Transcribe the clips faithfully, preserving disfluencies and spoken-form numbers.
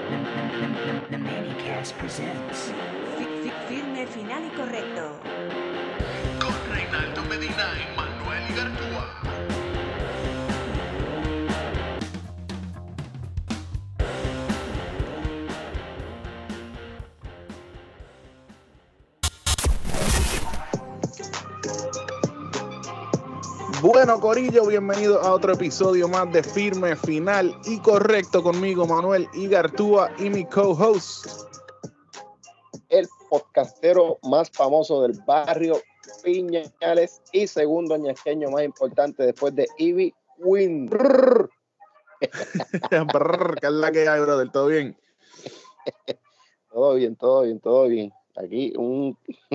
The Manicast presents Firme, final y correcto. Con Reinaldo Medina y Manuel Igartúa. Bueno, corillo, bienvenido a otro episodio más de Firme, Final y Correcto conmigo, Manuel Igartúa, y mi co-host, el podcastero más famoso del barrio Piñales y segundo ñasqueño más importante después de Ivy Win. Brrr, ¿qué es la que hay, brother? ¿Todo bien? Todo bien, todo bien, todo bien. Aquí un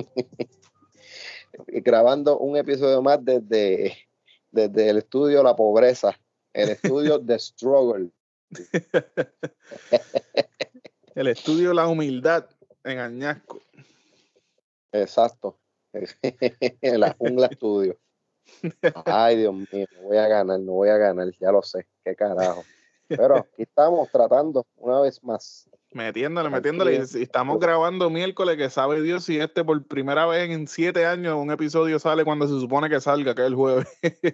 grabando un episodio más desde, desde el estudio La Pobreza, el estudio The Struggle. El estudio La Humildad en Añasco. Exacto. La Jungla Estudio. Ay, Dios mío, no voy a ganar, no voy a ganar, ya lo sé, qué carajo. Pero aquí estamos tratando una vez más. Metiéndole, metiéndole. Y estamos grabando miércoles, que sabe Dios si este por primera vez en siete años un episodio sale cuando se supone que salga, que es el jueves.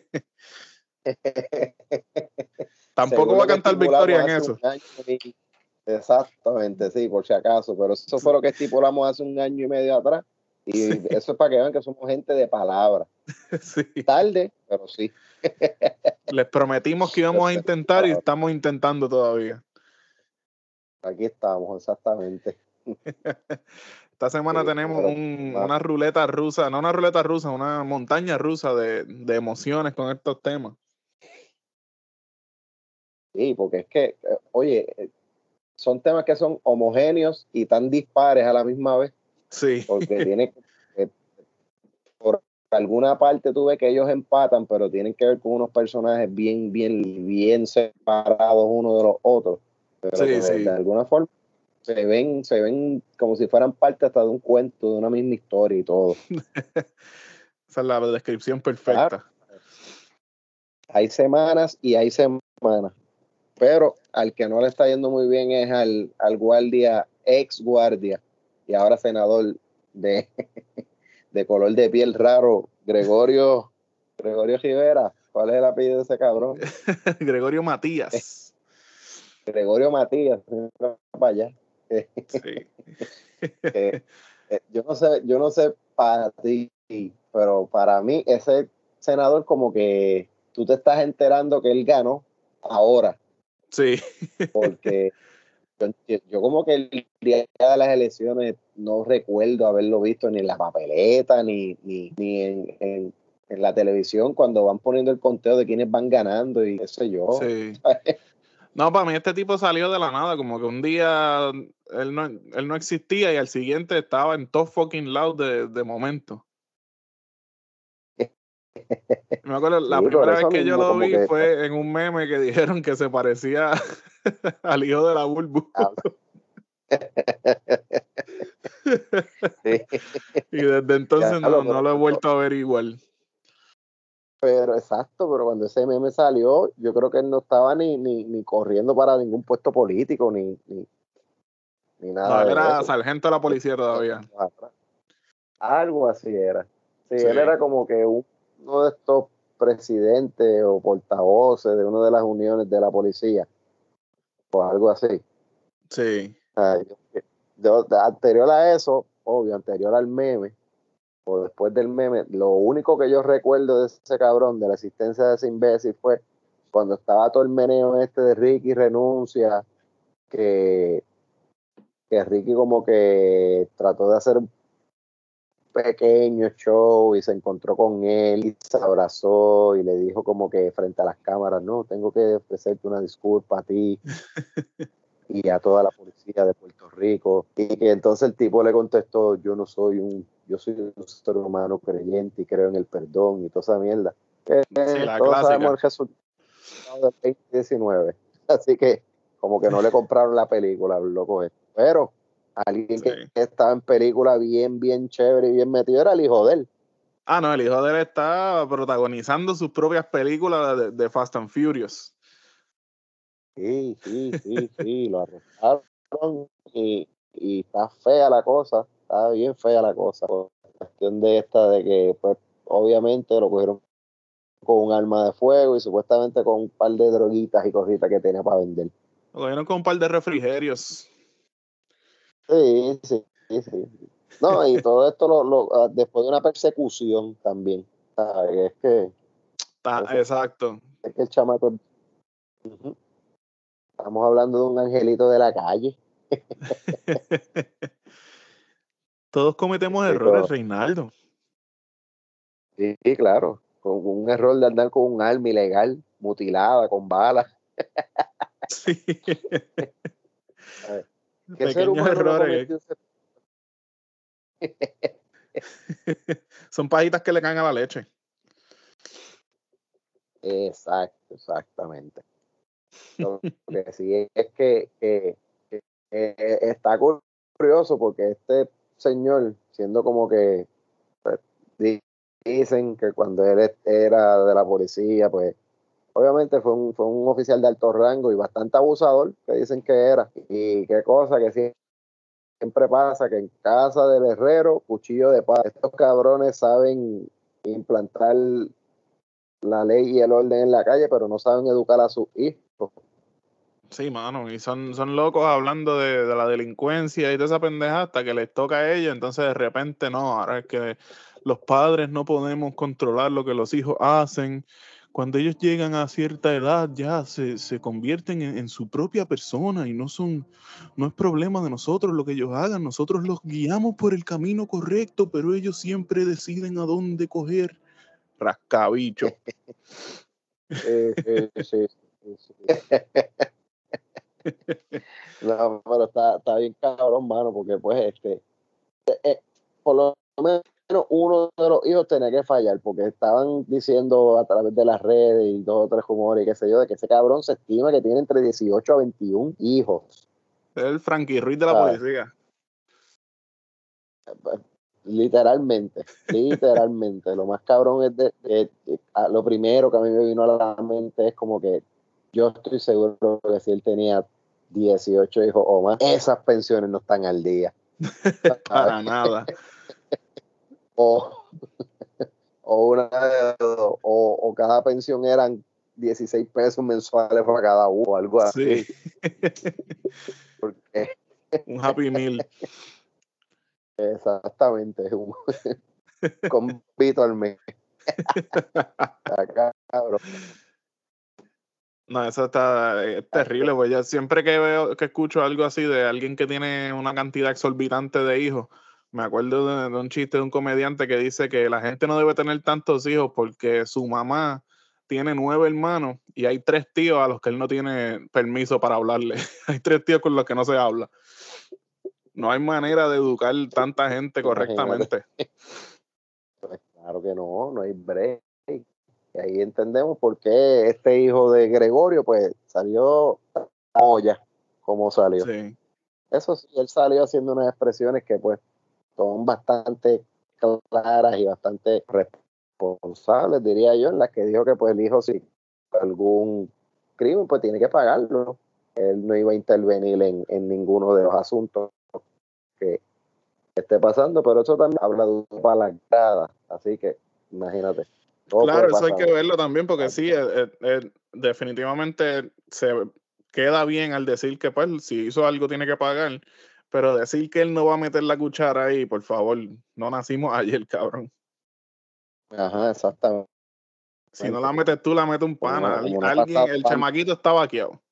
Tampoco va a cantar victoria en eso. Y, exactamente, sí, por si acaso. Pero eso fue lo que estipulamos hace un año y medio atrás. Y sí, eso es para que vean que somos gente de palabra. Sí. Tarde, pero sí. Les prometimos que íbamos a intentar y estamos intentando todavía. Aquí estamos, exactamente. Esta semana sí, tenemos un, una ruleta rusa, no una ruleta rusa, una montaña rusa de, de emociones con estos temas. Sí, porque es que, oye, son temas que son homogéneos y tan dispares a la misma vez. Sí. Porque tiene que, por alguna parte tú ves que ellos empatan, pero tienen que ver con unos personajes bien, bien, bien separados unos de los otros. Pero sí, que sí. De, de alguna forma se ven, se ven como si fueran parte hasta de un cuento, de una misma historia y todo. Esa es la descripción perfecta. Claro. Hay semanas y hay semanas. Pero al que no le está yendo muy bien es al, al guardia, ex guardia, y ahora senador de, de color de piel raro, Gregorio, Gregorio Rivera. ¿Cuál es el apellido de ese cabrón? Gregorio Matías. Gregorio Matías, para allá. Sí. eh, eh, yo no sé, yo no sé para ti, pero para mí ese senador como que tú te estás enterando que él ganó ahora. Sí. Porque yo, yo como que el día de las elecciones no recuerdo haberlo visto ni en la papeleta ni, ni, ni en, en, en la televisión cuando van poniendo el conteo de quiénes van ganando y qué sé yo. Sí. No, para mí este tipo salió de la nada, como que un día él no, él no existía y al siguiente estaba en top fucking loud de, de momento. Me acuerdo, la sí, primera vez que mismo, yo lo vi que... fue en un meme que dijeron que se parecía al hijo de la Bulbu. Ah. Sí. Y desde entonces ya, no, no lo he vuelto a ver igual. Pero exacto, pero cuando ese meme salió, yo creo que él no estaba ni, ni, ni corriendo para ningún puesto político, ni, ni, ni nada. No, él de era eso. sargento de la policía todavía. Algo así era. Sí, sí. Él era como que uno de estos presidentes o portavoces de una de las uniones de la policía, o algo así. Sí. Ay, yo, yo, anterior a eso, obvio, anterior al meme, o después del meme, lo único que yo recuerdo de ese cabrón, de la existencia de ese imbécil, fue cuando estaba todo el meneo este de Ricky renuncia, que, que Ricky como que trató de hacer un pequeño show y se encontró con él y se abrazó y le dijo como que frente a las cámaras, no, tengo que ofrecerte una disculpa a ti y a toda la policía de Puerto Rico, y que entonces el tipo le contestó, yo no soy un yo soy un ser humano creyente y creo en el perdón y toda esa mierda. Eh, sí, la todos clásica. sabemos el resultado del veinte diecinueve, así que como que no le compraron la película, loco, pero alguien sí. que estaba en película bien, bien chévere y bien metido era el hijo de él. Ah, no, el hijo de él está protagonizando sus propias películas de, de Fast and Furious. Sí, sí, sí, sí, lo arrestaron y, y está fea la cosa, está bien fea la cosa. Por cuestión de esta de que, pues, obviamente lo cogieron con un arma de fuego y supuestamente con un par de droguitas y cositas que tenía para vender. Lo cogieron con un par de refrigerios. Sí, sí, sí, sí. No, y todo esto lo, lo, después de una persecución también. ¿Sabes? Es que, Ta, es, exacto. es que el chamaco. Uh-huh. Estamos hablando de un angelito de la calle. Todos cometemos Sí, errores, Reinaldo. sí, claro. Con un error de andar con un arma ilegal, mutilada, con balas. Sí. ¿Qué ser Pequeños humano no errores. cometió ese? Son pajitas que le caen a la leche. Exacto, exactamente. Lo que sí es que, que, que eh, está curioso porque este señor, siendo como que pues, dicen que cuando él era de la policía, pues obviamente fue un, fue un oficial de alto rango y bastante abusador, que dicen que era. Y qué cosa que siempre pasa, que en casa del herrero, cuchillo de paz. Estos cabrones saben implantar la ley y el orden en la calle, pero no saben educar a sus hijos. Sí, mano, y son, son locos hablando de, de la delincuencia y de esa pendeja hasta que les toca a ellos, entonces de repente no, ahora es que los padres no podemos controlar lo que los hijos hacen. Cuando ellos llegan a cierta edad ya se, se convierten en, en su propia persona y no son, no es problema de nosotros lo que ellos hagan, nosotros los guiamos por el camino correcto, pero ellos siempre deciden a dónde coger. Rascabicho. Eh, eh, sí, sí, sí. No, pero está, está bien cabrón, mano, porque pues este, eh, por lo menos uno de los hijos tenía que fallar, porque estaban diciendo a través de las redes y dos o tres rumores y qué sé yo, de que ese cabrón se estima que tiene entre dieciocho a veintiún hijos. Es el Frankie Ruiz de la ¿Sabes? policía. Literalmente, literalmente. Lo más cabrón es de, de, de, lo primero que a mí me vino a la mente es como que yo estoy seguro que si él tenía dieciocho hijos o más, esas pensiones no están al día. Para nada. O, o una o, o cada pensión eran dieciséis pesos mensuales para cada uno o algo así. Sí. Porque, Un Happy Meal. exactamente, un convito al mes. Acá, cabrón. No, eso está es terrible, pues yo siempre que veo, que escucho algo así de alguien que tiene una cantidad exorbitante de hijos, me acuerdo de, de un chiste de un comediante que dice que la gente no debe tener tantos hijos porque su mamá tiene nueve hermanos y hay tres tíos a los que él no tiene permiso para hablarle. Hay tres tíos con los que no se habla. No hay manera de educar tanta gente correctamente. Pues claro que no, no hay break. Y ahí entendemos por qué este hijo de Gregorio, pues, salió a olla como salió. Sí. Eso sí, él salió haciendo unas expresiones que, pues, son bastante claras y bastante responsables, diría yo, en las que dijo que, pues, el hijo, si algún crimen, pues, tiene que pagarlo. Él no iba a intervenir en, en ninguno de los asuntos que esté pasando, pero eso también habla de una palancada, así que, imagínate. Claro, eso hay que verlo también, porque sí, eh, eh, definitivamente se queda bien al decir que pues si hizo algo tiene que pagar, pero decir que él no va a meter la cuchara ahí, por favor, no nacimos ayer, cabrón. Ajá, exactamente. Si no la metes tú, la mete un Como pana. no, Al- como no alguien, pasa el tanto. chamaquito está vaqueado.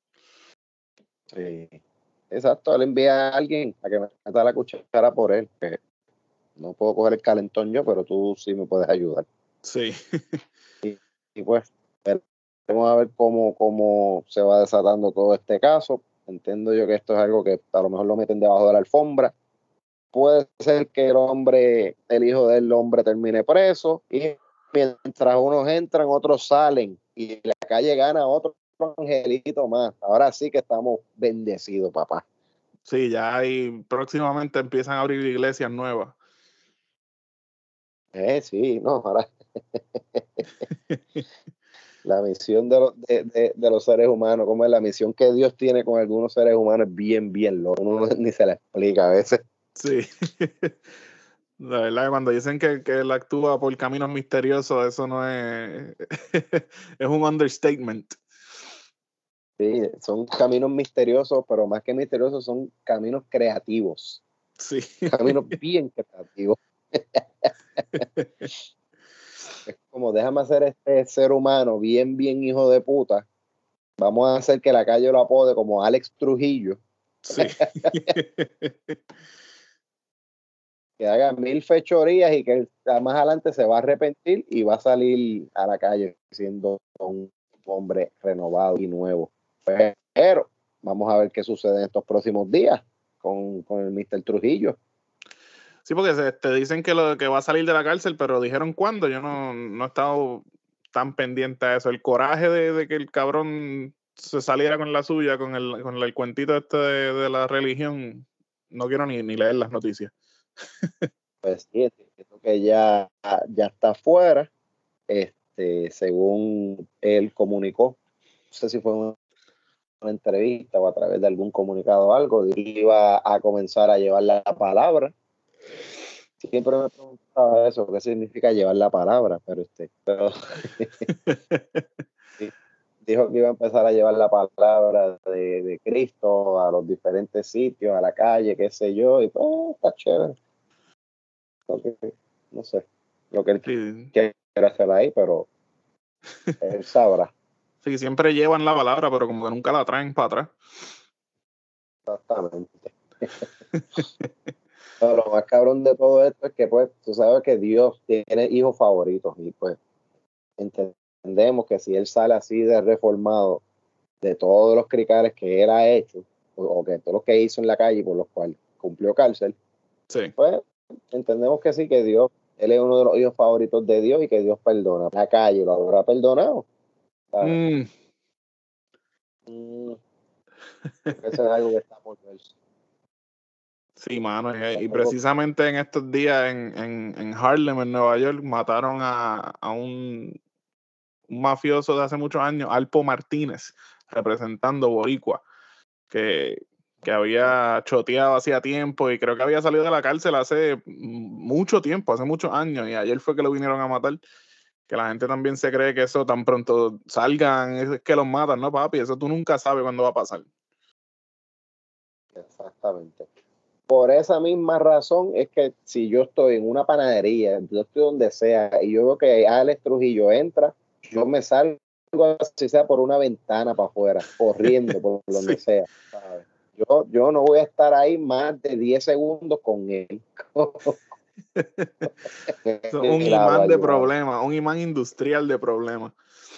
Sí. Exacto, él envía a alguien a que me meta la cuchara por él, que no puedo coger el calentón yo, pero tú sí me puedes ayudar. Sí. Y, y pues, vamos a ver cómo, cómo se va desatando todo este caso. Entiendo yo que esto es algo que a lo mejor lo meten debajo de la alfombra. Puede ser que el hombre, el hijo del hombre termine preso y mientras unos entran, otros salen y la calle gana otro angelito más. Ahora sí que estamos bendecidos, papá. Sí, ya ahí próximamente empiezan a abrir iglesias nuevas. Eh, sí, no, ahora. La misión de, los, de, de, de los seres humanos, como es la misión que Dios tiene con algunos seres humanos, es bien, bien loco. Uno ni se la explica a veces. Sí. La verdad que cuando dicen que, que él actúa por caminos misteriosos, eso no es... es un understatement. Sí, son caminos misteriosos, pero más que misteriosos, son caminos creativos. Sí. Caminos bien creativos. Es como, déjame hacer este ser humano bien, bien hijo de puta. Vamos a hacer que la calle lo apode como Alex Trujillo. Sí. Que haga mil fechorías y que más adelante se va a arrepentir y va a salir a la calle siendo un hombre renovado y nuevo. Pero vamos a ver qué sucede en estos próximos días con, con el mister Trujillo. Sí, porque se, te dicen que, lo, que va a salir de la cárcel, pero dijeron cuándo. Yo no, no he estado tan pendiente a eso. El coraje de, de que el cabrón se saliera con la suya, con el, con el cuentito este de, de la religión, no quiero ni, ni leer las noticias. Pues sí, entiendo que ya, ya está fuera. Este, según él comunicó, no sé si fue una, una entrevista o a través de algún comunicado o algo, iba a comenzar a llevar la palabra. Siempre me preguntaba eso, qué significa llevar la palabra, pero este, pero dijo que iba a empezar a llevar la palabra de, de Cristo a los diferentes sitios, a la calle, qué sé yo, y pues está chévere. Okay, no sé lo que él Sí. quiere hacer ahí, pero él sabrá. Sí, siempre llevan la palabra, pero como que nunca la traen para atrás. Exactamente. Pero lo más cabrón de todo esto es que, pues, tú sabes que Dios tiene hijos favoritos y, pues, entendemos que si él sale así de reformado de todos los cricales que él ha hecho, o, o que todos los que hizo en la calle por los cuales cumplió cárcel, sí. Pues entendemos que sí, que Dios, él es uno de los hijos favoritos de Dios y que Dios perdona. La calle lo habrá perdonado. Mm. Mm, eso es algo que está por verse. Sí, mano, y, y precisamente en estos días en, en, en Harlem, en Nueva York, mataron a, a un, un mafioso de hace muchos años, Alpo Martínez, representando Boricua, que, que había choteado hacía tiempo y creo que había salido de la cárcel hace mucho tiempo, hace muchos años, y ayer fue que lo vinieron a matar. Que la gente también se cree que eso tan pronto salgan, es que los matan, ¿no, papi? Eso tú nunca sabes cuándo va a pasar. Exactamente. Por esa misma razón es que si yo estoy en una panadería, yo estoy donde sea, y yo veo que Alex Trujillo entra, yo me salgo, así sea por una ventana para afuera, corriendo por donde sí. sea, ¿sabes? Yo, yo no voy a estar ahí más de diez segundos con él. Un imán de problemas, un imán industrial de problemas.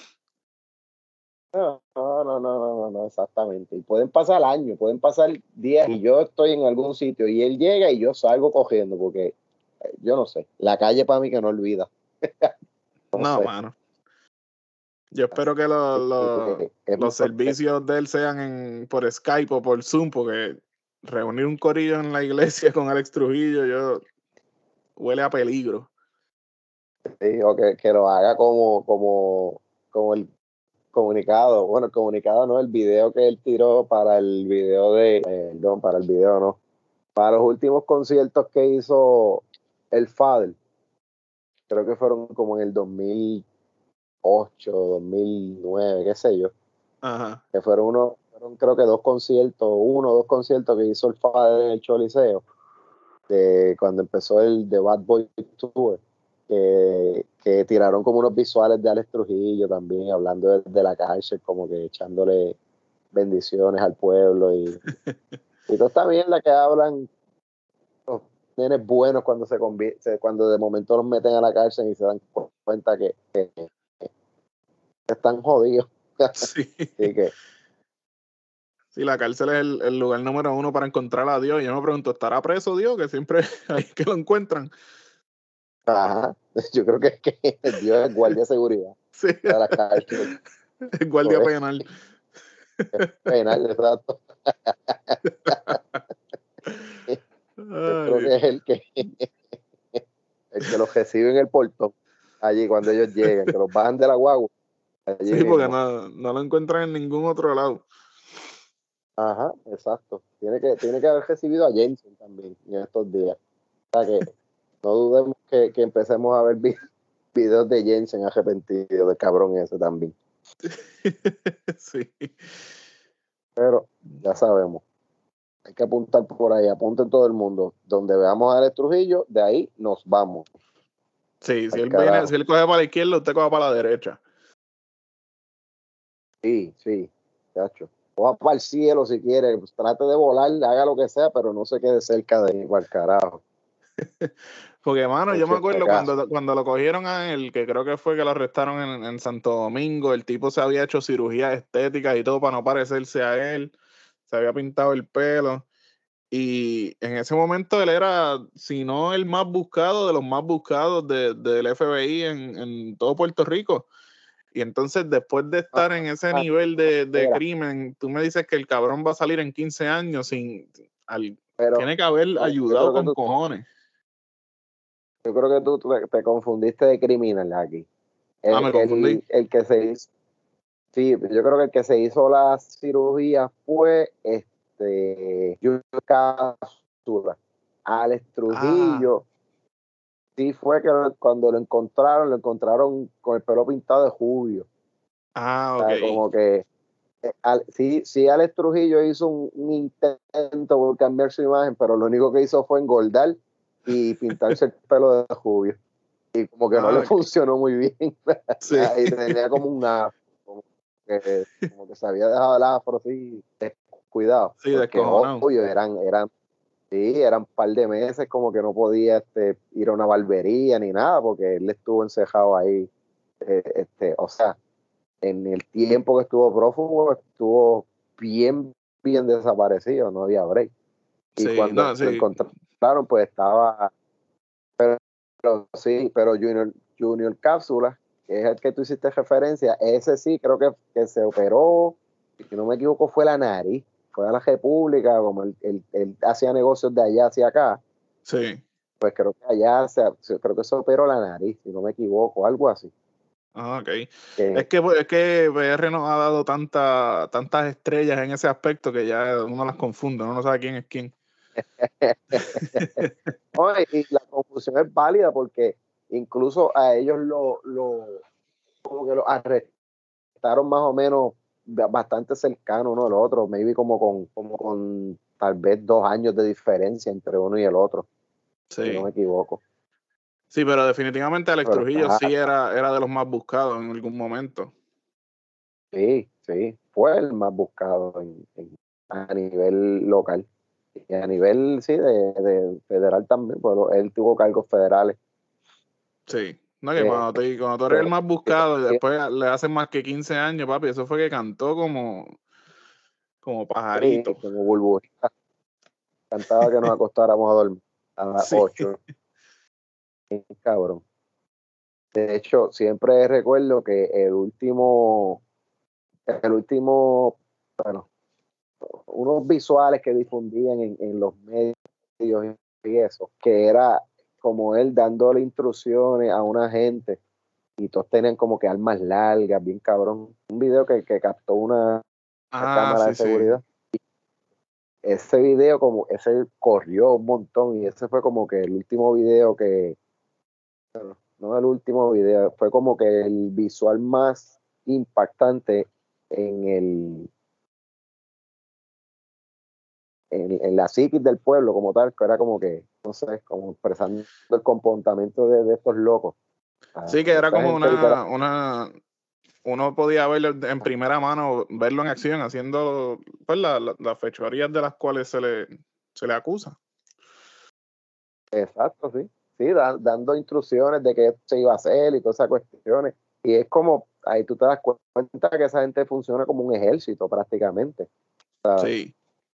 No, no, no, no, no, no, exactamente. Y pueden pasar años, pueden pasar días y yo estoy en algún sitio y él llega y yo salgo cogiendo porque yo no sé, la calle para mí que no olvida. no, no sé. Mano. Yo espero que lo, lo, los servicios de él sean en, por Skype o por Zoom, porque reunir un corillo en la iglesia con Alex Trujillo, yo huele a peligro. Sí, o que, que lo haga como, como, como el comunicado, bueno, el comunicado no, el video que él tiró para el video de, eh, no, para el video no, para los últimos conciertos que hizo el Fadel, creo que fueron como en el dos mil ocho, dos mil nueve, qué sé yo. Ajá. Que fueron uno, fueron creo que dos conciertos, uno o dos conciertos que hizo el Fadel en el Choliseo, de cuando empezó el The Bad Boy Tour, que, que tiraron como unos visuales de Alex Trujillo también, hablando de, de la cárcel, como que echándole bendiciones al pueblo y, y toda esta mierda que hablan los nenes buenos cuando se convierte, cuando de momento los meten a la cárcel y se dan cuenta que, que, que están jodidos. Sí. Así que sí, la cárcel es el, el lugar número uno para encontrar a Dios. Y yo me pregunto, ¿estará preso Dios? Que siempre hay que lo encuentran. Ajá, yo creo que es que Dios es guardia de seguridad. Sí. De la cárcel. El guardia Pues, penal. Penal, exacto. Yo creo que es el que el que los recibe en el portón allí cuando ellos llegan, que los bajan de la guagua, Allí Sí, porque mismo. no, no lo encuentran en ningún otro lado. Ajá, exacto. Tiene que, tiene que haber recibido a Jensen también en estos días. O sea que no dudemos que, que empecemos a ver vi- videos de Jensen arrepentido del cabrón ese también. Sí. Pero ya sabemos. Hay que apuntar por ahí, apunten todo el mundo. Donde veamos a Alex Trujillo, de ahí nos vamos. Sí, si Al él viene, carajo. si él coge para la izquierda, usted coge para la derecha. Sí, sí, chacho. Coja para el cielo si quiere, pues, trate de volar, haga lo que sea, pero no se quede cerca de igual carajo. Porque, mano, Por yo me si acuerdo acaso. cuando, cuando lo cogieron a él, que creo que fue que lo arrestaron en, en Santo Domingo, el tipo se había hecho cirugías estéticas y todo para no parecerse a él, se había pintado el pelo, y en ese momento él era, si no el más buscado, de los más buscados de, del F B I en, en todo Puerto Rico. Y entonces, después de estar en ese Ah, nivel de, de mira, crimen, tú me dices que el cabrón va a salir en quince años sin... al- pero tiene que haber no, yo ayudado creo que con tú, cojones. yo creo que tú te, te confundiste de criminal aquí. Ah, El, me confundí. el, el que se hizo, sí, yo creo que el que se hizo la cirugía fue este Junior Cápsula. Alex Ah, Trujillo, sí fue que lo- cuando lo encontraron, lo encontraron con el pelo pintado de jubio. ah, O ok. sea, como que eh, al- sí, sí, Alex Trujillo hizo un, un intento por cambiar su imagen, pero lo único que hizo fue engordar y pintarse el pelo de jubio. Y como que no Ah, le ok. funcionó muy bien. Sí, Y tenía como un afro, como que, como que se había dejado el afro así, cuidado, sí, porque descojonado. obvio eran, eran, sí, eran un par de meses como que no podía este, ir a una barbería ni nada, porque él estuvo encejado ahí, eh, este, o sea, en el tiempo que estuvo prófugo, estuvo bien, bien desaparecido, no había break. Y Sí, no, cuando lo sí. encontraron, pues estaba, pero, pero sí, pero Junior, Junior Cápsula, que es el que tú hiciste referencia, ese sí creo que, que se operó, si no me equivoco, fue la nariz, fue a la República, como él, él, él hacía negocios de allá hacia acá, Sí. pues creo que allá, se, creo que se operó la nariz, si no me equivoco, algo así. Ah, ok. Es Que, que, pues, es que P R nos ha dado tanta, tantas estrellas en ese aspecto que ya uno las confunde, uno no sabe quién es quién. Oye, y la confusión es válida porque incluso a ellos lo, lo como que lo arrestaron más o menos bastante cercano uno al otro, maybe como con, como con tal vez dos años de diferencia entre uno y el otro, si no Sí. me equivoco. Sí, pero definitivamente Alex Pero Trujillo está, sí era, era de los más buscados en algún momento. sí, sí, fue el más buscado en, en, a nivel local. Y a nivel, sí, de, de federal también, pero él tuvo cargos federales. Sí. No, que Eh, cuando, te, cuando tú eres el pero, más buscado y después le hacen más que quince años, papi, eso fue que cantó como, como sí, pajarito. como burbujita. Cantaba que nos acostáramos a dormir a las Sí. ocho. Cabrón. De hecho, siempre recuerdo que el último, el último, bueno, unos visuales que difundían en, en los medios y eso, que era como él dándole instrucciones a una gente y todos tenían como que armas largas, bien cabrón. Un video que, que captó una, una Ah, cámara de sí, sí. seguridad. Ese video como, ese corrió un montón y ese fue como que el último video que, no el último video, fue como que el visual más impactante en el en, en la psiquis del pueblo como tal, que era como que, no sé, como expresando el comportamiento de, de estos locos. Ah, Sí, que era esta como gente literal, una, una, uno podía verlo en primera mano, verlo en acción, haciendo pues, la- la- las fechorías de las cuales se le, se le acusa. exacto, sí, sí, da- dando instrucciones de qué se iba a hacer y todas esas cuestiones. Y es como, ahí tú te das cuenta que esa gente funciona como un ejército prácticamente. Sí,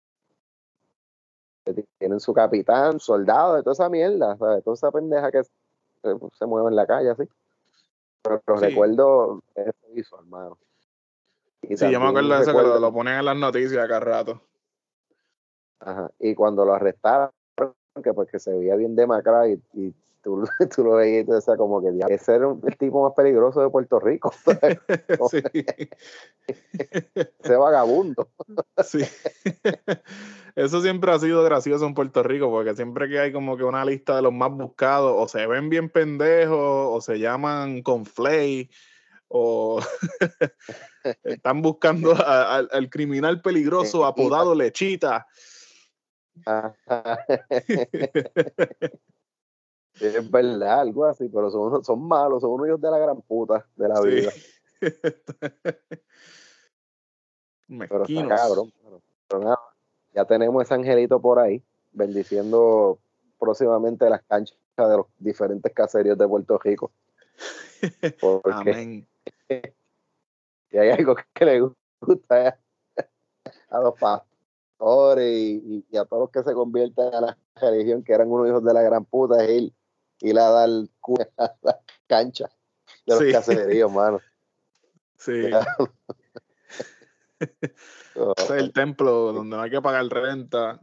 Tienen su capitán, soldado, de toda esa mierda, ¿sabes? Toda esa pendeja que se, se mueve en la calle así. Pero sí, recuerdo eso hizo, hermano. Y sí, yo me acuerdo también de eso que lo, recuerdo, lo ponían en las noticias acá rato. ajá, y cuando lo arrestaron, que pues que se veía bien demacrado y, y tú, tú lo veías y tú decías como que ese era el tipo más peligroso de Puerto Rico. Sí. Ese vagabundo. Sí. Eso siempre ha sido gracioso en Puerto Rico, porque siempre que hay como que una lista de los más buscados, o se ven bien pendejos, o se llaman Conflay, o están buscando a- a- al criminal peligroso apodado Lechita. Es verdad, algo así, pero son, unos- son malos, son unos hijos de la gran puta de la Sí. vida. Pero está Mezquinos. cabrón. Pero, pero nada, ya tenemos ese angelito por ahí, bendiciendo próximamente las canchas de los diferentes caseríos de Puerto Rico. Porque Amén. si hay algo que le gusta a los pastores y, y a todos los que se convierten a la religión, que eran unos hijos de la gran puta, es ir, ir a dar cu- a la cancha de los Sí. caseríos, mano. Sí. Ya. Ese es el templo donde no hay que pagar renta.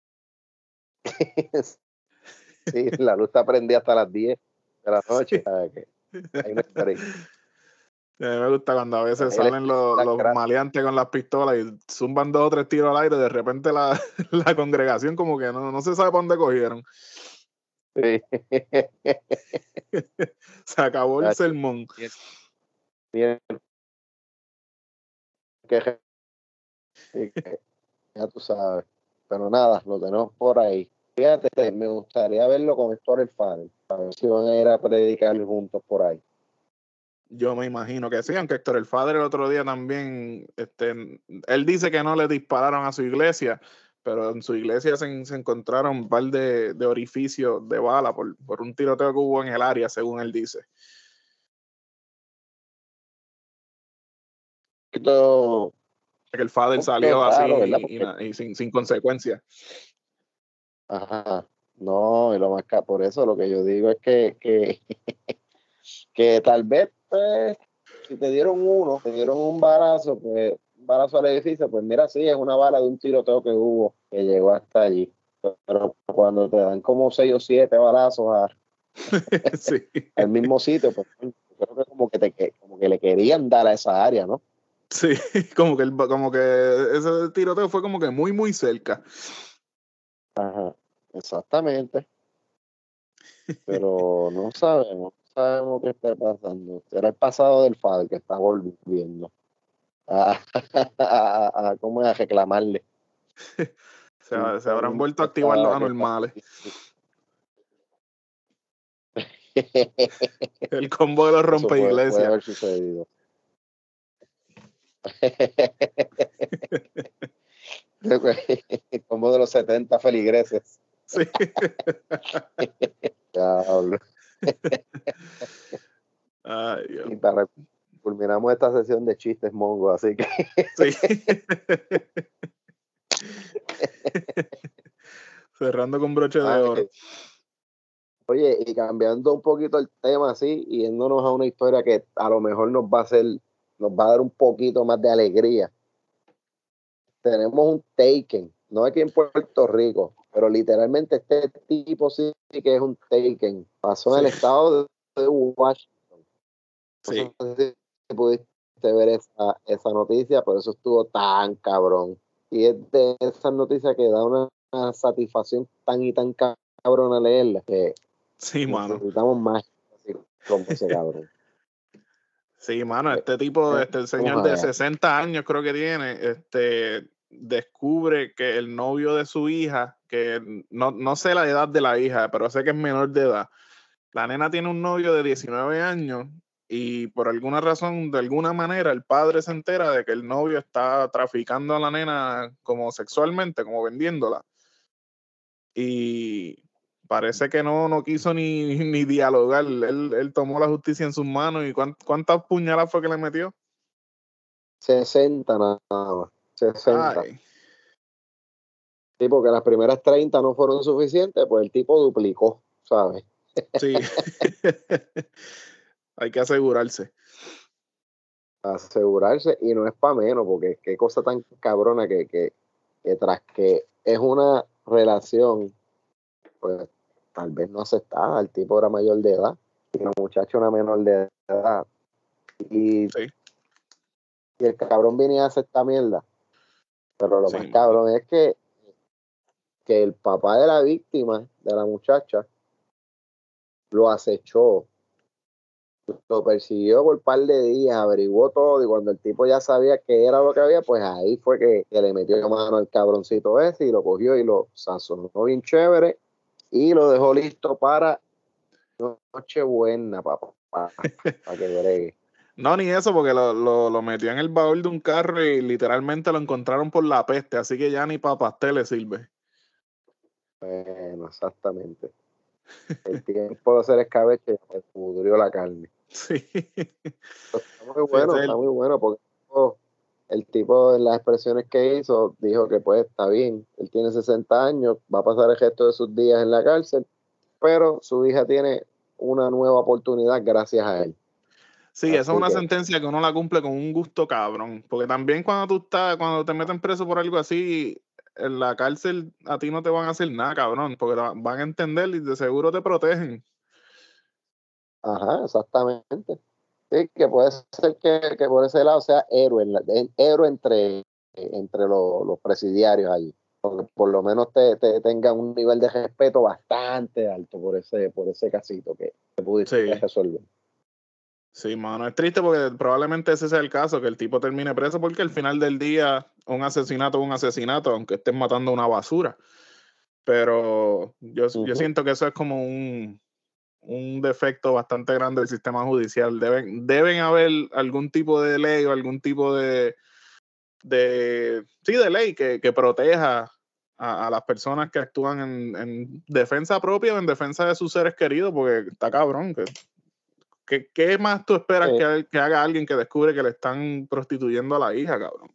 Sí, la luz está prendida hasta las diez de la noche. Sí. ¿Sabes qué? Hay una break. A mí me gusta cuando a veces Él salen los, está los gra- maleantes con las pistolas y zumban dos o tres tiros al aire. De repente la, la congregación como que no, no se sabe para dónde cogieron. Sí. Se acabó el Chacho, sermón. tiene que- que- ya tú sabes. Pero nada, lo tenemos por ahí. Fíjate, me gustaría verlo con Héctor el Father, a ver si van a ir a predicar juntos por ahí. Yo me imagino que sí, aunque Héctor el Father el otro día también, este, él dice que no le dispararon a su iglesia, pero en su iglesia se, se encontraron un par de, de orificios de bala por, por un tiroteo que hubo en el área, según él dice. Esto Que el Father es salió así raro, ¿verdad? y, Porque, y, y sin, sin consecuencias. ajá, no, y lo más ca- por eso lo que yo digo es que, que, que tal vez, pues, si te dieron uno, te dieron un balazo, pues, un balazo al edificio, pues mira, sí, es una bala de un tiroteo que hubo, que llegó hasta allí. Pero cuando te dan como seis o siete balazos a, Sí. al mismo sitio, pues yo creo que como que, te, que como que le querían dar a esa área, ¿no? Sí, como que, el, como que ese tiroteo fue como que muy, muy cerca. Ajá, exactamente. Pero no sabemos, no sabemos qué está pasando. Será el pasado del Father que está volviendo a, a, a, a, ¿cómo es? A reclamarle. Se, se habrán vuelto a activar los anormales. El combo de los Eso puede, puede rompeiglesias. haber sucedido. Como de los setenta feligreses. Sí. Diablo. Ay, Dios. Y para culminamos esta sesión de chistes mongo, así que Sí. Cerrando con broche de Ay, oro. oye, y cambiando un poquito el tema así, y yéndonos a una historia que a lo mejor nos va a hacer, nos va a dar un poquito más de alegría. Tenemos un Taken, no aquí en Puerto Rico, pero literalmente este tipo sí que es un Taken. Pasó en el Sí. estado de Washington. No Sí. sé si pudiste ver esa, esa noticia, pero eso estuvo tan cabrón. Y es de esas noticias que da una, una satisfacción tan y tan cabrona leerla que Sí, mano. necesitamos más así como ese cabrón. Sí, mano, este tipo, este el señor de sesenta años creo que tiene, este descubre que el novio de su hija, que no, no sé la edad de la hija, pero sé que es menor de edad. La nena tiene un novio de diecinueve años y por alguna razón, de alguna manera, el padre se entera de que el novio está traficando a la nena como sexualmente, como vendiéndola. Y parece que no, no quiso ni, ni dialogar. Él, él tomó la justicia en sus manos. ¿Y cuántas, cuántas puñaladas fue que le metió? sesenta nada más. sesenta. Ay. Sí, porque las primeras treinta no fueron suficientes, pues el tipo duplicó, ¿sabes? Sí. Hay que asegurarse. Asegurarse, y no es para menos, porque qué cosa tan cabrona que, que, que tras que es una relación pues tal vez no aceptaba, el tipo era mayor de edad y la muchacha una menor de edad. Y, Sí. y el cabrón venía a hacer esta mierda. Pero lo Sí, más mano. cabrón es que, que el papá de la víctima, de la muchacha, lo acechó, lo persiguió por un par de días, averiguó todo y cuando el tipo ya sabía qué era lo que había, pues ahí fue que, que le metió mano al cabroncito ese y lo cogió y lo sazonó bien chévere y lo dejó listo para Nochebuena, papá, para que bregue. No, ni eso, porque lo, lo, lo metió en el baúl de un carro y literalmente lo encontraron por la peste, así que ya ni para pastel le sirve. Bueno, exactamente. El tiempo de hacer escabeche se pudrió la carne. Sí. Está muy Sí, ese bueno, es está el- muy bueno porque oh, el tipo en las expresiones que hizo dijo que pues está bien, él tiene sesenta años, va a pasar el resto de sus días en la cárcel, pero su hija tiene una nueva oportunidad gracias a él. Sí, eso es Así una que, sentencia que uno la cumple con un gusto cabrón. Porque también cuando tú estás, cuando te meten preso por algo así, en la cárcel a ti no te van a hacer nada, cabrón. Porque te van a entender y de seguro te protegen. ajá, exactamente. Sí, que puede ser que, que por ese lado sea héroe, en la- en- héroe entre, entre los, los presidiarios allí. Porque por lo menos te, te tengan un nivel de respeto bastante alto por ese, por ese casito que, que pudiste Sí, resolver. sí, mano. Es triste porque probablemente ese sea el caso, que el tipo termine preso porque al final del día un asesinato es un asesinato, aunque estés matando una basura. Pero yo, yo Ujú. siento que eso es como un, un defecto bastante grande del sistema judicial. Deben, deben haber algún tipo de ley o algún tipo de, de sí, de ley que, que proteja a, a las personas que actúan en, en defensa propia o en defensa de sus seres queridos, porque está cabrón. Que, que- ¿Qué más tú esperas Eh, que, que haga alguien que descubre que le están prostituyendo a la hija, cabrón?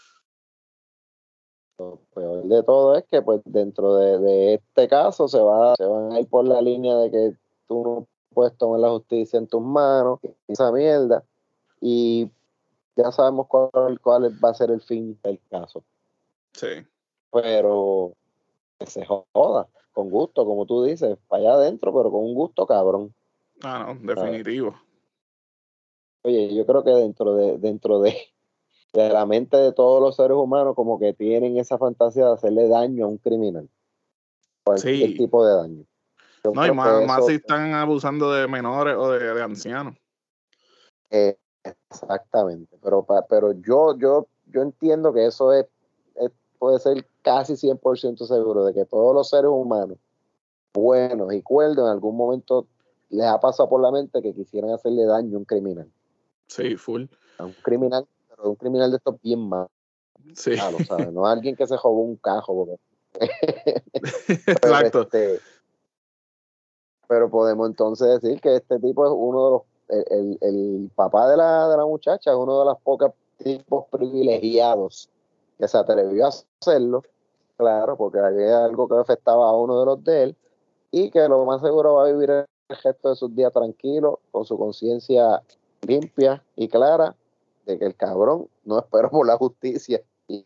lo peor de todo es que pues dentro de, de este caso se va, se van a ir por la línea de que tú no puedes tomar la justicia en tus manos, esa mierda, y ya sabemos cuál, cuál va a ser el fin del caso. Sí, Pero que se joda, con gusto, como tú dices, para allá adentro, pero con un gusto cabrón. ah, no, ¿Sabes? definitivo. Oye, yo creo que dentro de, dentro de, de la mente de todos los seres humanos, como que tienen esa fantasía de hacerle daño a un criminal, cualquier Sí, tipo de daño. Yo no, y creo más, que más si eso, están abusando de menores o de, de ancianos. eh, exactamente, pero, pa- pero yo, yo, yo entiendo que eso es, es- puede ser casi cien por ciento seguro de que todos los seres humanos, buenos y cuerdos, en algún momento les ha pasado por la mente que quisieran hacerle daño a un criminal. Sí, full. A un criminal, pero un criminal de estos bien malo, Sí, ¿sabes? No a alguien que se robó un cajo, porque- pero exacto. este, pero podemos entonces decir que este tipo es uno de los, el, el, el papá de la, de la muchacha es uno de los pocos tipos privilegiados que se atrevió a hacerlo, claro, porque había algo que afectaba a uno de los de él, y que lo más seguro va a vivir el resto de sus días tranquilo, con su conciencia limpia y clara, de que el cabrón no esperó por la justicia y,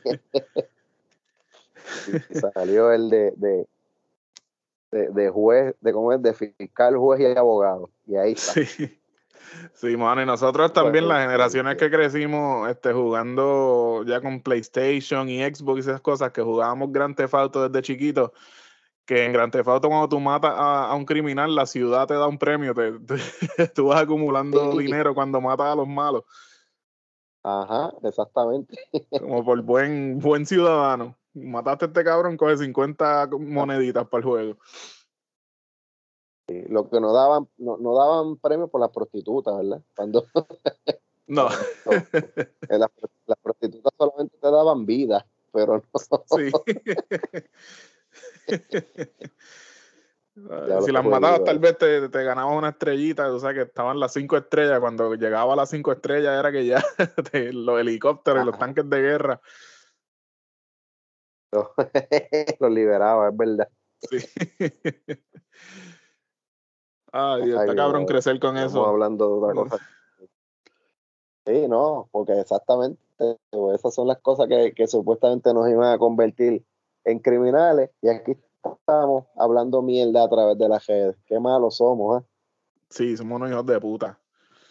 y salió el de, de, de, de juez, de cómo es, de fiscal, juez y abogado. Y ahí está. Sí, sí, mano, y nosotros Pues, también, las generaciones este, que crecimos este, jugando ya con PlayStation y Xbox y esas cosas, que jugábamos Grand Theft Auto desde chiquitos, que en Grand Theft Auto cuando tú matas a, a un criminal, la ciudad te da un premio, te, te- tú vas acumulando sí, dinero cuando matas a los malos, ajá, exactamente. como por buen, buen ciudadano. Mataste a este cabrón, coge cincuenta moneditas para el juego. Lo que no daban, no, no daban premios por las prostitutas, ¿verdad? Cuando, No. cuando eh, las, las prostitutas solamente te daban vida, pero no. Sí. Ya Si lo las fue matabas, duro tal eso. vez te, te ganabas una estrellita, o sea que estaban las cinco estrellas. Cuando llegaba a las cinco estrellas era que ya te- los helicópteros y los Ajá. tanques de guerra. Lo, lo liberaba, es verdad. Sí. Ay, Dios, Ay, está cabrón pero crecer con estamos eso. hablando de otra cosa. Sí, no, porque exactamente pues, esas son las cosas que, que supuestamente nos iban a convertir en criminales y aquí estamos hablando mierda a través de las redes. Qué malos somos, ¿eh? Sí, somos unos hijos de puta.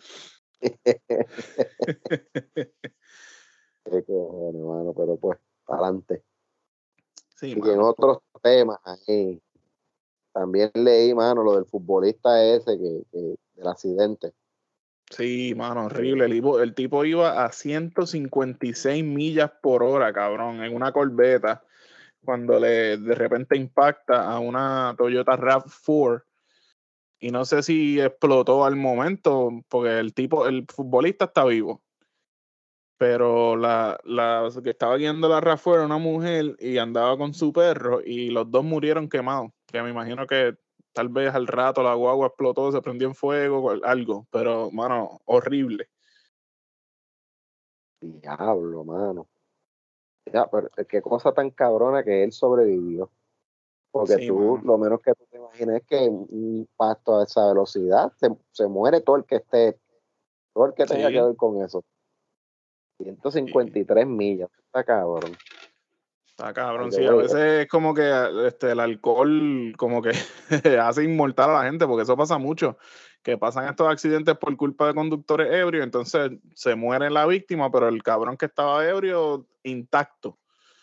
Qué cojones, mano, pero pues, para adelante. Sí, Y que en mano. otros temas, ahí, también leí, mano, lo del futbolista ese, que, que del accidente. Sí, mano, horrible. El tipo, el tipo iba a ciento cincuenta y seis millas por hora, cabrón, en una Corvette, cuando le de repente impacta a una Toyota RAV cuatro. Y no sé si explotó al momento, porque el tipo, el futbolista está vivo. Pero la, la que estaba guiando la RAV cuatro era una mujer y andaba con su perro y los dos murieron quemados. Que me imagino que tal vez al rato la guagua explotó, se prendió en fuego, algo. Pero, mano, horrible. Diablo, mano. Ya, pero qué cosa tan cabrona que él sobrevivió. Porque Sí, tú, mano. lo menos que tú te imaginas es que un impacto a esa velocidad se, se muere todo el que esté, todo el que tenga que Sí. ver con eso. ciento cincuenta y tres millas, está cabrón. Está cabrón, By the sí, a way, veces es como que este, el alcohol como que hace inmortal a la gente, porque eso pasa mucho, que pasan estos accidentes por culpa de conductores ebrios, entonces se muere la víctima, pero el cabrón que estaba ebrio, intacto.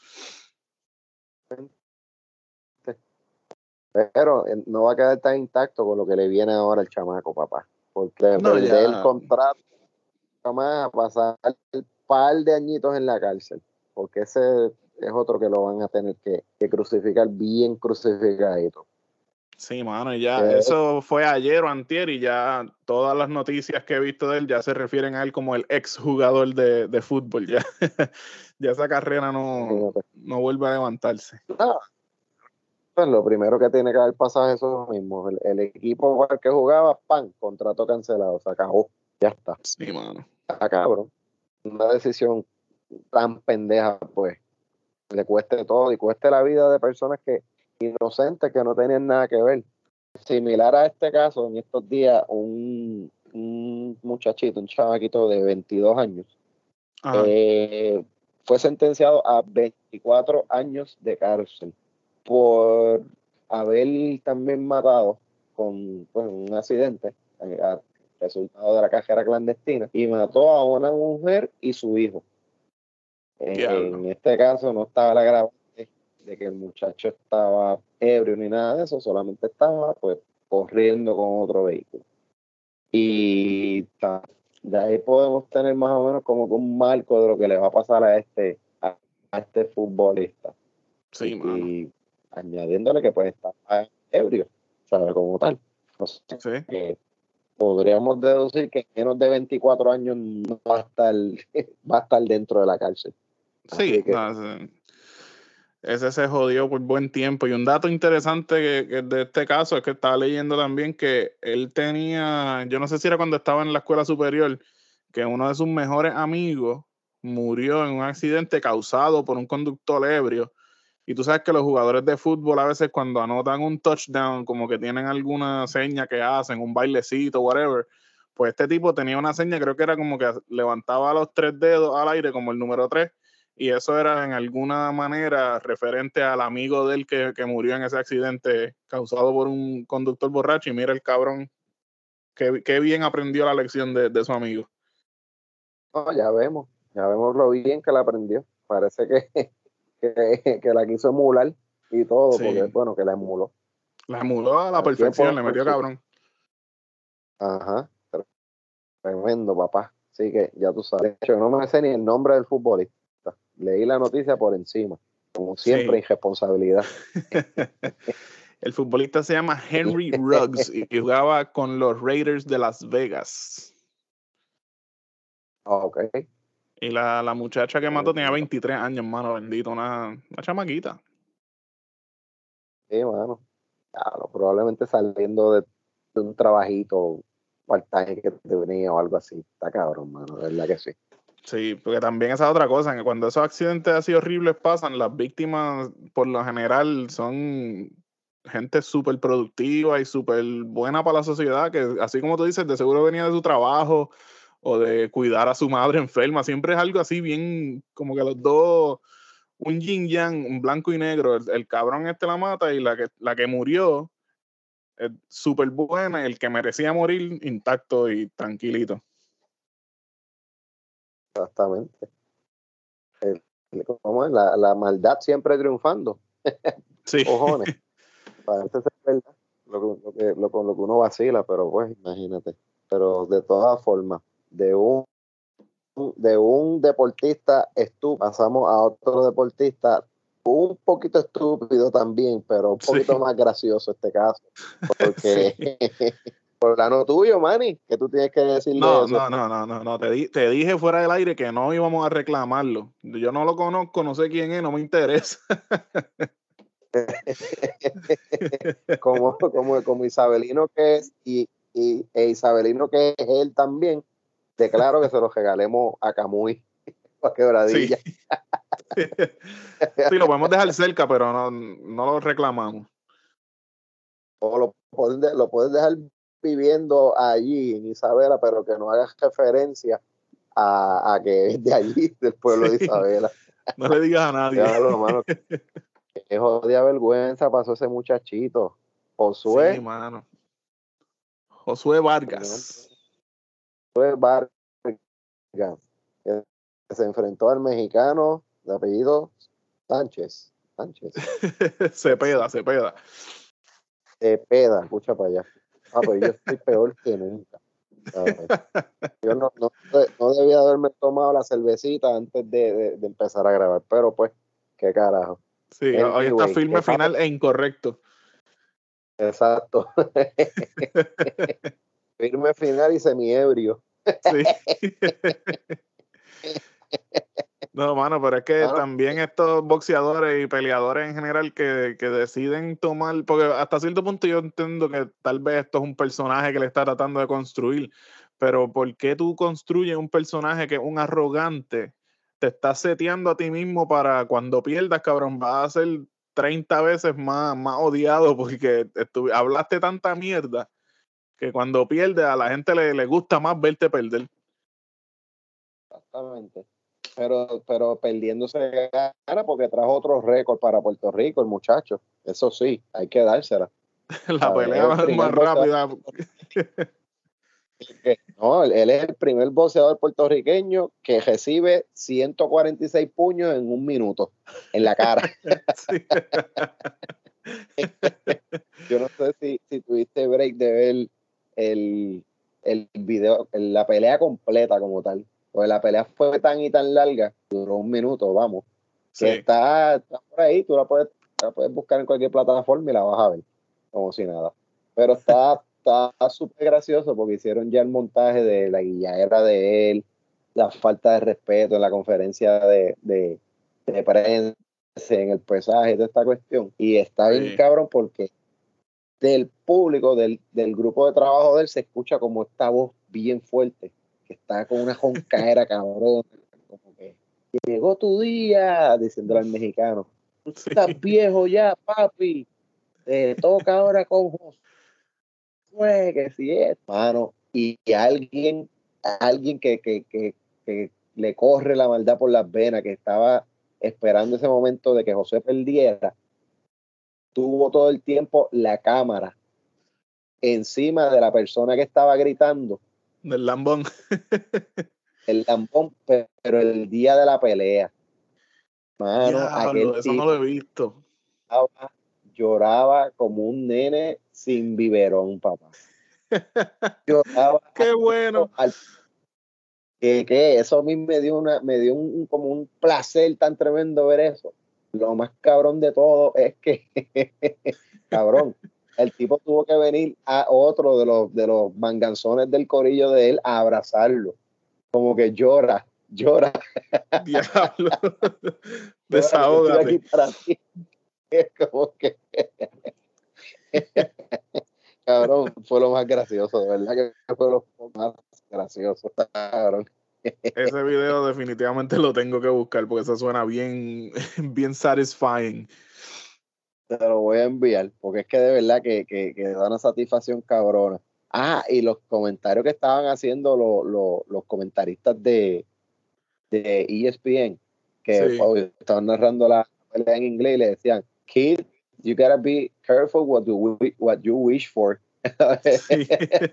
pero eh, no va a quedar tan intacto con lo que le viene ahora al chamaco, papá. Porque de No, perder el ya, contrato, jamás a pasar un par de añitos en la cárcel. Porque ese es otro que lo van a tener que, que crucificar bien crucificadito. sí, mano, y ya, Que eso fue ayer o antier y ya todas las noticias que he visto de él ya se refieren a él como el ex jugador de, de fútbol, ya, ya esa carrera no, imagínate. no vuelve a levantarse. No, pues lo primero que tiene que haber pasado es eso mismo. El, el equipo para el que jugaba, ¡pam! Contrato cancelado, se acabó. Ya está. Sí, mano. Está cabrón. Una decisión tan pendeja, pues, le cueste todo y cueste la vida de personas que inocentes que no tenían nada que ver. Similar a este caso, en estos días, un, un muchachito, un chavaquito de veintidós años, Ajá. eh, fue sentenciado a veinticuatro años de cárcel por haber también matado con pues, un accidente, eh, a resultado de la cajera clandestina, y mató a una mujer y su hijo. Diablo. En este caso no estaba la agravante de que el muchacho estaba ebrio ni nada de eso, solamente estaba pues corriendo con otro vehículo. Y ta, de ahí podemos tener más o menos como que un marco de lo que le va a pasar a este, a, a este futbolista. Sí, Y, mano. y añadiéndole que pues estaba ebrio, ¿sabes? Como tal. O sea, Sí. que podríamos deducir que en menos de veinticuatro años no va a estar, va a estar dentro de la cárcel. Sí, Así que, no, ese, ese se jodió por buen tiempo. Y un dato interesante que, que de este caso es que estaba leyendo también que él tenía, yo no sé si era cuando estaba en la escuela superior, que uno de sus mejores amigos murió en un accidente causado por un conductor ebrio. Y tú sabes que los jugadores de fútbol a veces cuando anotan un touchdown, como que tienen alguna seña que hacen, un bailecito, whatever. Pues este tipo tenía una seña, creo que era como que levantaba los tres dedos al aire como el número tres. Y eso era en alguna manera referente al amigo de él que, que murió en ese accidente causado por un conductor borracho. Y mira el cabrón, qué, qué bien aprendió la lección de, de su amigo. no, ya vemos, ya vemos lo bien que la aprendió. Parece que, que, que la quiso emular y todo, porque Sí, bueno, que la emuló la mudó a la al perfección, le cien por metió ciento. cabrón. Ajá, tremendo, papá. Así que ya tú sabes. De hecho, no me sé ni el nombre del futbolista. Leí la noticia por encima. Como siempre, Sí. irresponsabilidad. El futbolista se llama Henry Ruggs y jugaba con los Raiders de Las Vegas. Ok. Y la, la muchacha que mató tenía veintitrés años, mano, bendito, una, una chamaquita. Sí, mano. Claro, probablemente saliendo de, de un trabajito part-time que tenía o algo así. Está cabrón, mano. De verdad que sí. Sí, porque también esa es otra cosa, que cuando esos accidentes así horribles pasan, las víctimas por lo general son gente súper productiva y súper buena para la sociedad, que así como tú dices, de seguro venía de su trabajo o de cuidar a su madre enferma, siempre es algo así bien, como que los dos un yin yang, un blanco y negro. El, el cabrón este la mata y la que, la que murió es súper buena. El que merecía morir intacto y tranquilito. Exactamente. El, el- ¿cómo es? La, la maldad siempre triunfando. Sí. Cojones. Parece ser verdad. Lo, que- lo, que, lo, con lo que uno vacila, pero pues imagínate. Pero de todas formas, de un de un deportista estúpido pasamos a otro deportista un poquito estúpido también, pero un poquito Sí. más gracioso este caso, porque Sí. por la no tuyo, Manny, que tú tienes que decirle No, eso. no, no, no, no, no. Te, di- te dije fuera del aire que no íbamos a reclamarlo. Yo no lo conozco, no sé quién es, no me interesa. como, como, como Isabelino que es y, y e Isabelino que es él también, declaro que se lo regalemos a Camuy a Sí. Quebradilla. Sí, lo podemos dejar cerca, pero no, no lo reclamamos. O lo puedes, de- lo puedes dejar viviendo allí en Isabela, pero que no hagas referencia a, a que es de allí, del pueblo de Sí. Isabela. No le digas a nadie. Déjalo, mano. Qué jodida vergüenza pasó ese muchachito. Josué, Sí, mano. Josué Vargas. Josué Vargas, que se enfrentó al mexicano de apellido Sánchez. Sánchez. Cepeda, Cepeda. Cepeda, escucha para allá. Ah, pues yo estoy peor que nunca. ¿Sabes? Yo no, no, no debía haberme tomado la cervecita antes de, de, de empezar a grabar, pero pues, qué carajo. Sí, hoy está Anyway, firme ¿qué final pasa? e incorrecto. Exacto. Firme final y semiebrio. Sí. No, mano, pero es que Mano, también estos boxeadores y peleadores en general que, que deciden tomar, porque hasta cierto punto yo entiendo que tal vez esto es un personaje que le está tratando de construir, pero ¿por qué tú construyes un personaje que es un arrogante? Te estás seteando a ti mismo para cuando pierdas, cabrón, vas a ser treinta veces más, más odiado porque estu- hablaste tanta mierda que cuando pierdes a la gente le, le gusta más verte perder. exactamente. Pero, pero perdiéndose gana porque trajo otro récord para Puerto Rico, el muchacho. Eso sí, hay que dársela. La ¿Sabes? Es pelea el más, primer más rápida. que- no, él, él es el primer boxeador puertorriqueño que recibe ciento cuarenta y seis puños en un minuto en la cara. Sí. Yo no sé si, si tuviste break de ver el, el video, la pelea completa como tal. Porque la pelea fue tan y tan larga, duró un minuto, vamos. Sí. Que está, está por ahí, tú la puedes, la puedes buscar en cualquier plataforma y la vas a ver, como si nada. Pero está está súper gracioso porque hicieron ya el montaje de la guilladera de él, la falta de respeto en la conferencia de, de, de prensa, en el pesaje de esta cuestión. Y está bien Sí. cabrón porque del público, del, del grupo de trabajo de él, se escucha como esta voz bien fuerte, que está con una joncaera cabrón, como que llegó tu día, diciéndole al mexicano, tú Sí. estás viejo ya, papi, te toca ahora con Josué, que si es, mano, y, y alguien, alguien que, que, que, que le corre la maldad por las venas, que estaba esperando ese momento de que José perdiera, tuvo todo el tiempo la cámara encima de la persona que estaba gritando, Del lambón. el lambón, pero el día de la pelea, mano, aquel Diablo, eso no tipo lo he visto. lloraba, lloraba como un nene sin biberón, papá. Lloraba Qué bueno. al, que, que eso a mí me dio una, me dio un, un- como un placer tan tremendo ver eso. Lo más cabrón de todo es que, cabrón, el tipo tuvo que venir a otro de los, de los manganzones del corillo de él a abrazarlo. Como que llora, llora, Diablo. llora, que yo estoy aquí Desahógate. para ti. Es como que, cabrón, fue lo más gracioso, de verdad que fue lo más gracioso, cabrón. Ese video definitivamente lo tengo que buscar porque eso suena bien, bien satisfying. Te lo voy a enviar, porque es que de verdad que, que, que da una satisfacción cabrona. Ah, y los comentarios que estaban haciendo los, los, los comentaristas de, de E S P N, que Sí. oh, estaban narrando la pelea en inglés y le decían, kid, you gotta be careful what you, what you wish for. Sí.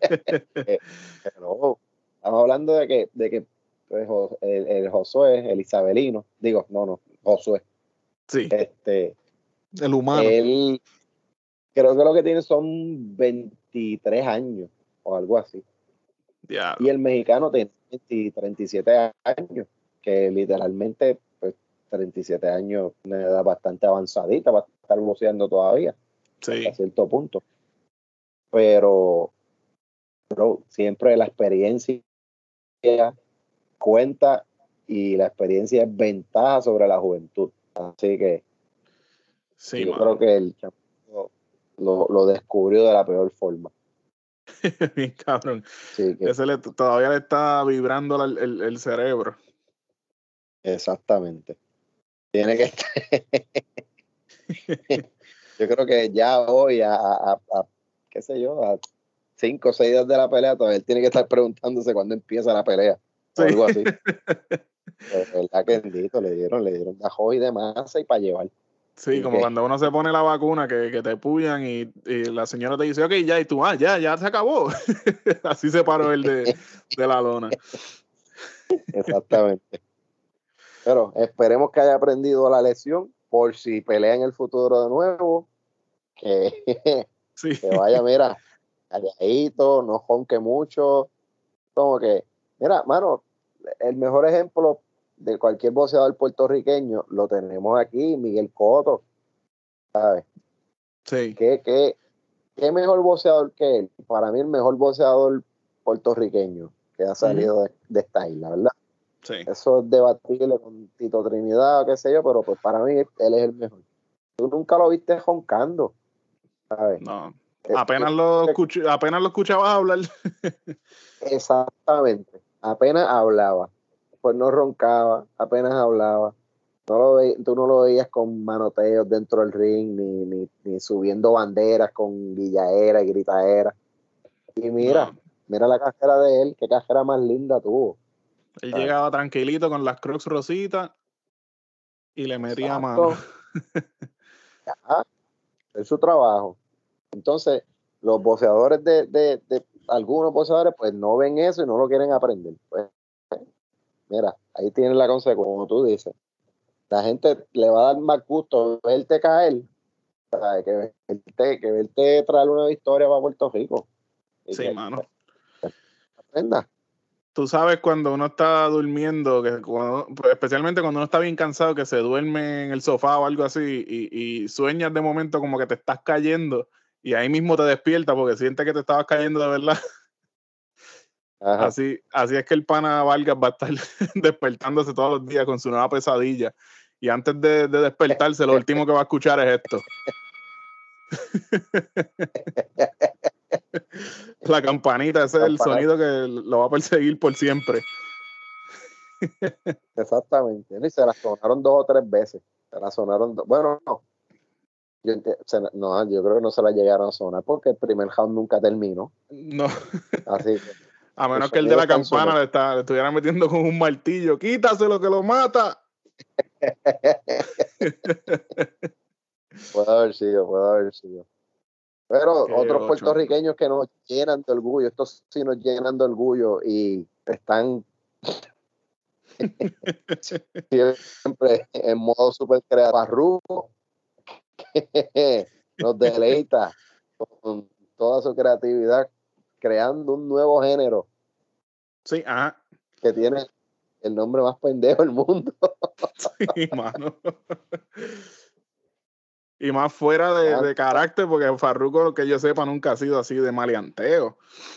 Pero estamos hablando de que, de que pues, el, el Josué, el isabelino, digo, no, no, Josué, Sí, este, el humano. él creo que lo que tiene son veintitrés años o algo así. Diablo. Y el mexicano tiene veinte, treinta y siete años, que literalmente, pues, treinta y siete años, una edad bastante avanzadita para estar boxeando todavía, Sí. hasta cierto punto. Pero, pero siempre la experiencia cuenta y la experiencia es ventaja sobre la juventud. Así que Sí, yo mano. creo que el chamaco lo, lo descubrió de la peor forma. Bien cabrón. Así que, Ese le, todavía le está vibrando la- el, el cerebro. exactamente. Tiene que estar. Yo creo que ya hoy, a, a, a qué sé yo, a cinco o seis días de la pelea, todavía él tiene que estar preguntándose cuándo empieza la pelea. O Sí. algo así. Pero verdad que bendito, le dieron, le dieron gajo y de masa y para llevar. Sí, Y como que- cuando uno se pone la vacuna que, que te pullan y, y la señora te dice, ok, ya, y tú, ah, ya, ya se acabó. Así se paró él de, de la lona. Exactamente. Pero esperemos que haya aprendido la lección por si pelea en el futuro de nuevo, que, Sí, que vaya, mira, calladito, no jonque mucho, como que, mira, mano, el mejor ejemplo de cualquier boxeador puertorriqueño lo tenemos aquí, Miguel Cotto, ¿sabes? sí. ¿Qué, qué, qué mejor boxeador que él? Para mí el mejor boxeador puertorriqueño que ha salido de, de esta isla, ¿verdad? Sí. Eso es debatible con Tito Trinidad o qué sé yo, pero pues para mí él es el mejor. Tú nunca lo viste joncando, ¿sabes? No. Eh, Apenas eh, lo, eh, escuch- apenas lo escuchabas hablar. Exactamente. Apenas hablaba. Pues no roncaba, apenas hablaba. No lo ve, tú no lo veías con manoteos dentro del ring, ni, ni, ni subiendo banderas con guillaera y gritaera. Y mira, No. mira la cajera de él, qué cajera más linda tuvo. Él ¿Sabes? llegaba tranquilito con las Crocs rositas y le metía mano. Exacto. Ya, es su trabajo. Entonces, los boxeadores de, de, de algunos boxeadores, pues no ven eso y no lo quieren aprender. Pues, mira, ahí tienen la consecuencia, como tú dices. La gente le va a dar más gusto verte caer, ¿sabes? Que verte, que verte traer una victoria para Puerto Rico. Y Sí, que mano. aprenda. Tú sabes cuando uno está durmiendo, que cuando- pues, especialmente cuando uno está bien cansado, que se duerme en el sofá o algo así y, y sueñas de momento como que te estás cayendo y ahí mismo te despiertas porque sientes que te estabas cayendo de verdad. Ajá. Así, así es que el pana Vargas va a estar despertándose todos los días con su nueva pesadilla. Y antes de, de despertarse, lo último que va a escuchar es esto. La campanita, ese es el Campanazo. sonido que lo va a perseguir por siempre. Exactamente. Y se la sonaron dos o tres veces. Se la sonaron dos. Bueno, no. Yo, enti- se, no, yo creo que no se la llegaron a sonar porque el primer round nunca terminó. No. Así que A su menos que el de sonido la está en su campana mente. le, está, le estuviera metiendo con un martillo. Quítaselo que lo mata. Puede haber sido, puede haber sido. Pero Qué otros ocho. puertorriqueños que nos llenan de orgullo, estos sí nos llenan de orgullo y están siempre en modo súper creativo. Farruko, que nos deleita con toda su creatividad, creando un nuevo género Sí, ajá. que tiene el nombre más pendejo del mundo. Sí, mano. Y más fuera de, de carácter, porque Farruko, lo que yo sepa, nunca ha sido así de maleanteo.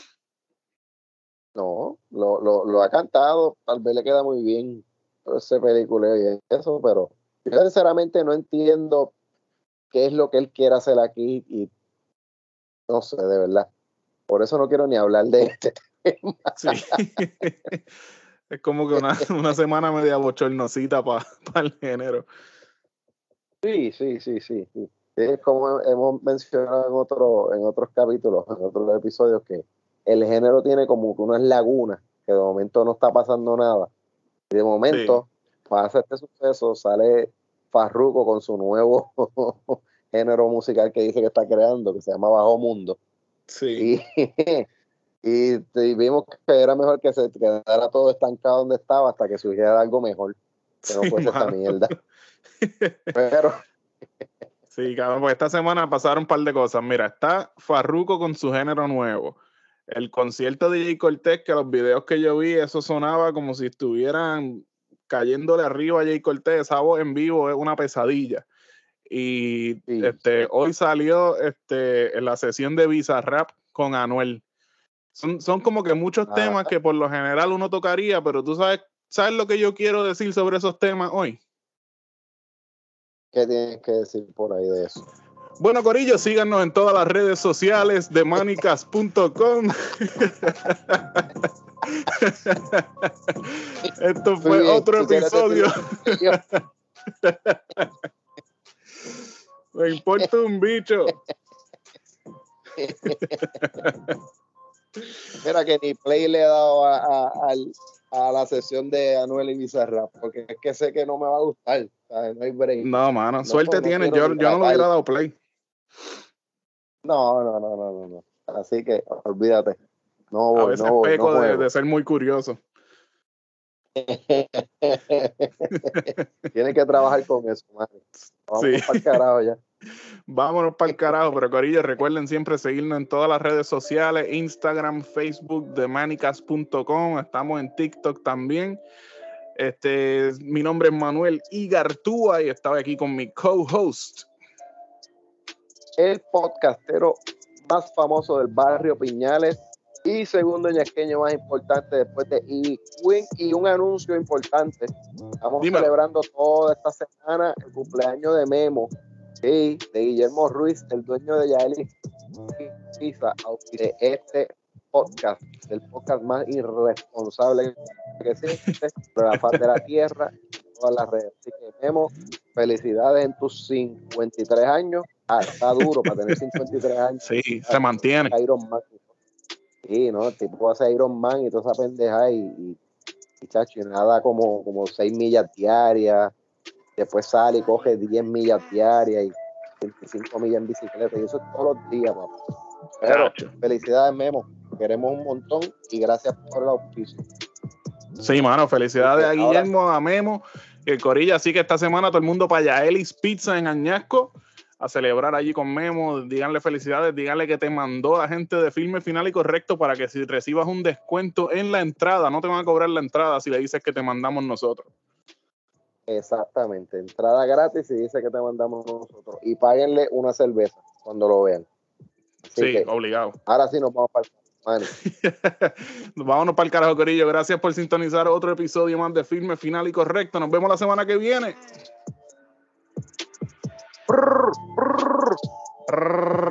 No, lo, lo, lo ha cantado, tal vez le queda muy bien ese peliculeo y eso, pero yo sinceramente no entiendo qué es lo que él quiere hacer aquí y no sé, de verdad. Por eso no quiero ni hablar de este tema. Sí. Es como que una, una semana media bochornosita para pa el género. Sí, sí, sí, sí, sí. Es como hemos mencionado en, otro, en otros capítulos, en otros episodios, que el género tiene como que unas lagunas, que de momento no está pasando nada. Y de momento pasa este suceso, sale Farruko con su nuevo género musical que dice que está creando, que se llama Bajo Mundo. Sí. Y, y, y vimos que era mejor que se quedara todo estancado donde estaba hasta que surgiera algo mejor, que no Sí, fuese esta mano. mierda. Pero Sí, cabrón, porque esta semana pasaron un par de cosas. Mira, está Farruko con su género nuevo. El concierto de Jay Cortez, que los videos que yo vi, eso sonaba como si estuvieran cayéndole arriba a Jay Cortez. Esa voz en vivo es una pesadilla. Y sí, este, hoy salió este, en la sesión de Bizarrap con Anuel. Son, son como que muchos ah, temas que por lo general uno tocaría, pero tú sabes, ¿sabes lo que yo quiero decir sobre esos temas hoy? ¿qué tienes que decir por ahí de eso? Bueno, Corillo, síganos en todas las redes sociales de manicas punto com. Esto fue bien, otro tú quieres episodio. decirlo. Me importa un bicho. Mira que ni play le he dado a, a, a, a la sesión de Anuel y Bizarrap, porque es que sé que no me va a gustar. ¿Sabes? No hay break. No, mano, No, suerte no tienes. quiero Yo, ni yo no lo tratar. hubiera dado play. No, no, no, no, no, no. Así que olvídate. No A voy, veces no voy, peco no de, juego. de ser muy curioso. Tienes que trabajar con eso, man. Vamos Sí. para el carajo ya. Vámonos para el carajo, pero Corillo, recuerden siempre seguirnos en todas las redes sociales, Instagram, Facebook, de manicas punto com, estamos en TikTok también. Este, mi nombre es Manuel Igartúa y estaba aquí con mi co-host. El podcastero más famoso del barrio Piñales y segundo ñasqueño más importante después de Ivy Queen. Y un anuncio importante: estamos Dímelo. celebrando toda esta semana el cumpleaños de Memo y de Guillermo Ruiz, el dueño de Yaeli Pizza, de este podcast, el podcast más irresponsable que existe sobre la faz de la tierra, todas las redes. Así que Memo, felicidades en tus cincuenta y tres años. Ah, está duro para tener cincuenta y tres años. Sí, se mantiene. Iron Man. Sí, ¿no? El tipo hace Iron Man y toda esa pendeja y, y, y chacho, y nada como, como seis millas diarias. Después sale y coge diez millas diarias y veinticinco millas en bicicleta. Y eso es todos los días, papá. Pero Chacho. felicidades, Memo. Queremos un montón y gracias por el auspicio. Sí, mano, felicidades Porque a Guillermo, a Memo, el Corilla. Así que esta semana todo el mundo para Yaelis Pizza en Añasco a celebrar allí con Memo. Díganle felicidades, díganle que te mandó la gente de Firme Final y Correcto para que si recibas un descuento en la entrada, no te van a cobrar la entrada si le dices que te mandamos nosotros. Exactamente, entrada gratis y dice que te mandamos nosotros. Y páguenle una cerveza cuando lo vean. Así Sí, que, obligado. ahora sí nos vamos para el mano. Vámonos para el carajo, Corillo. Gracias por sintonizar otro episodio más de Firme Final y Correcto. Nos vemos la semana que viene.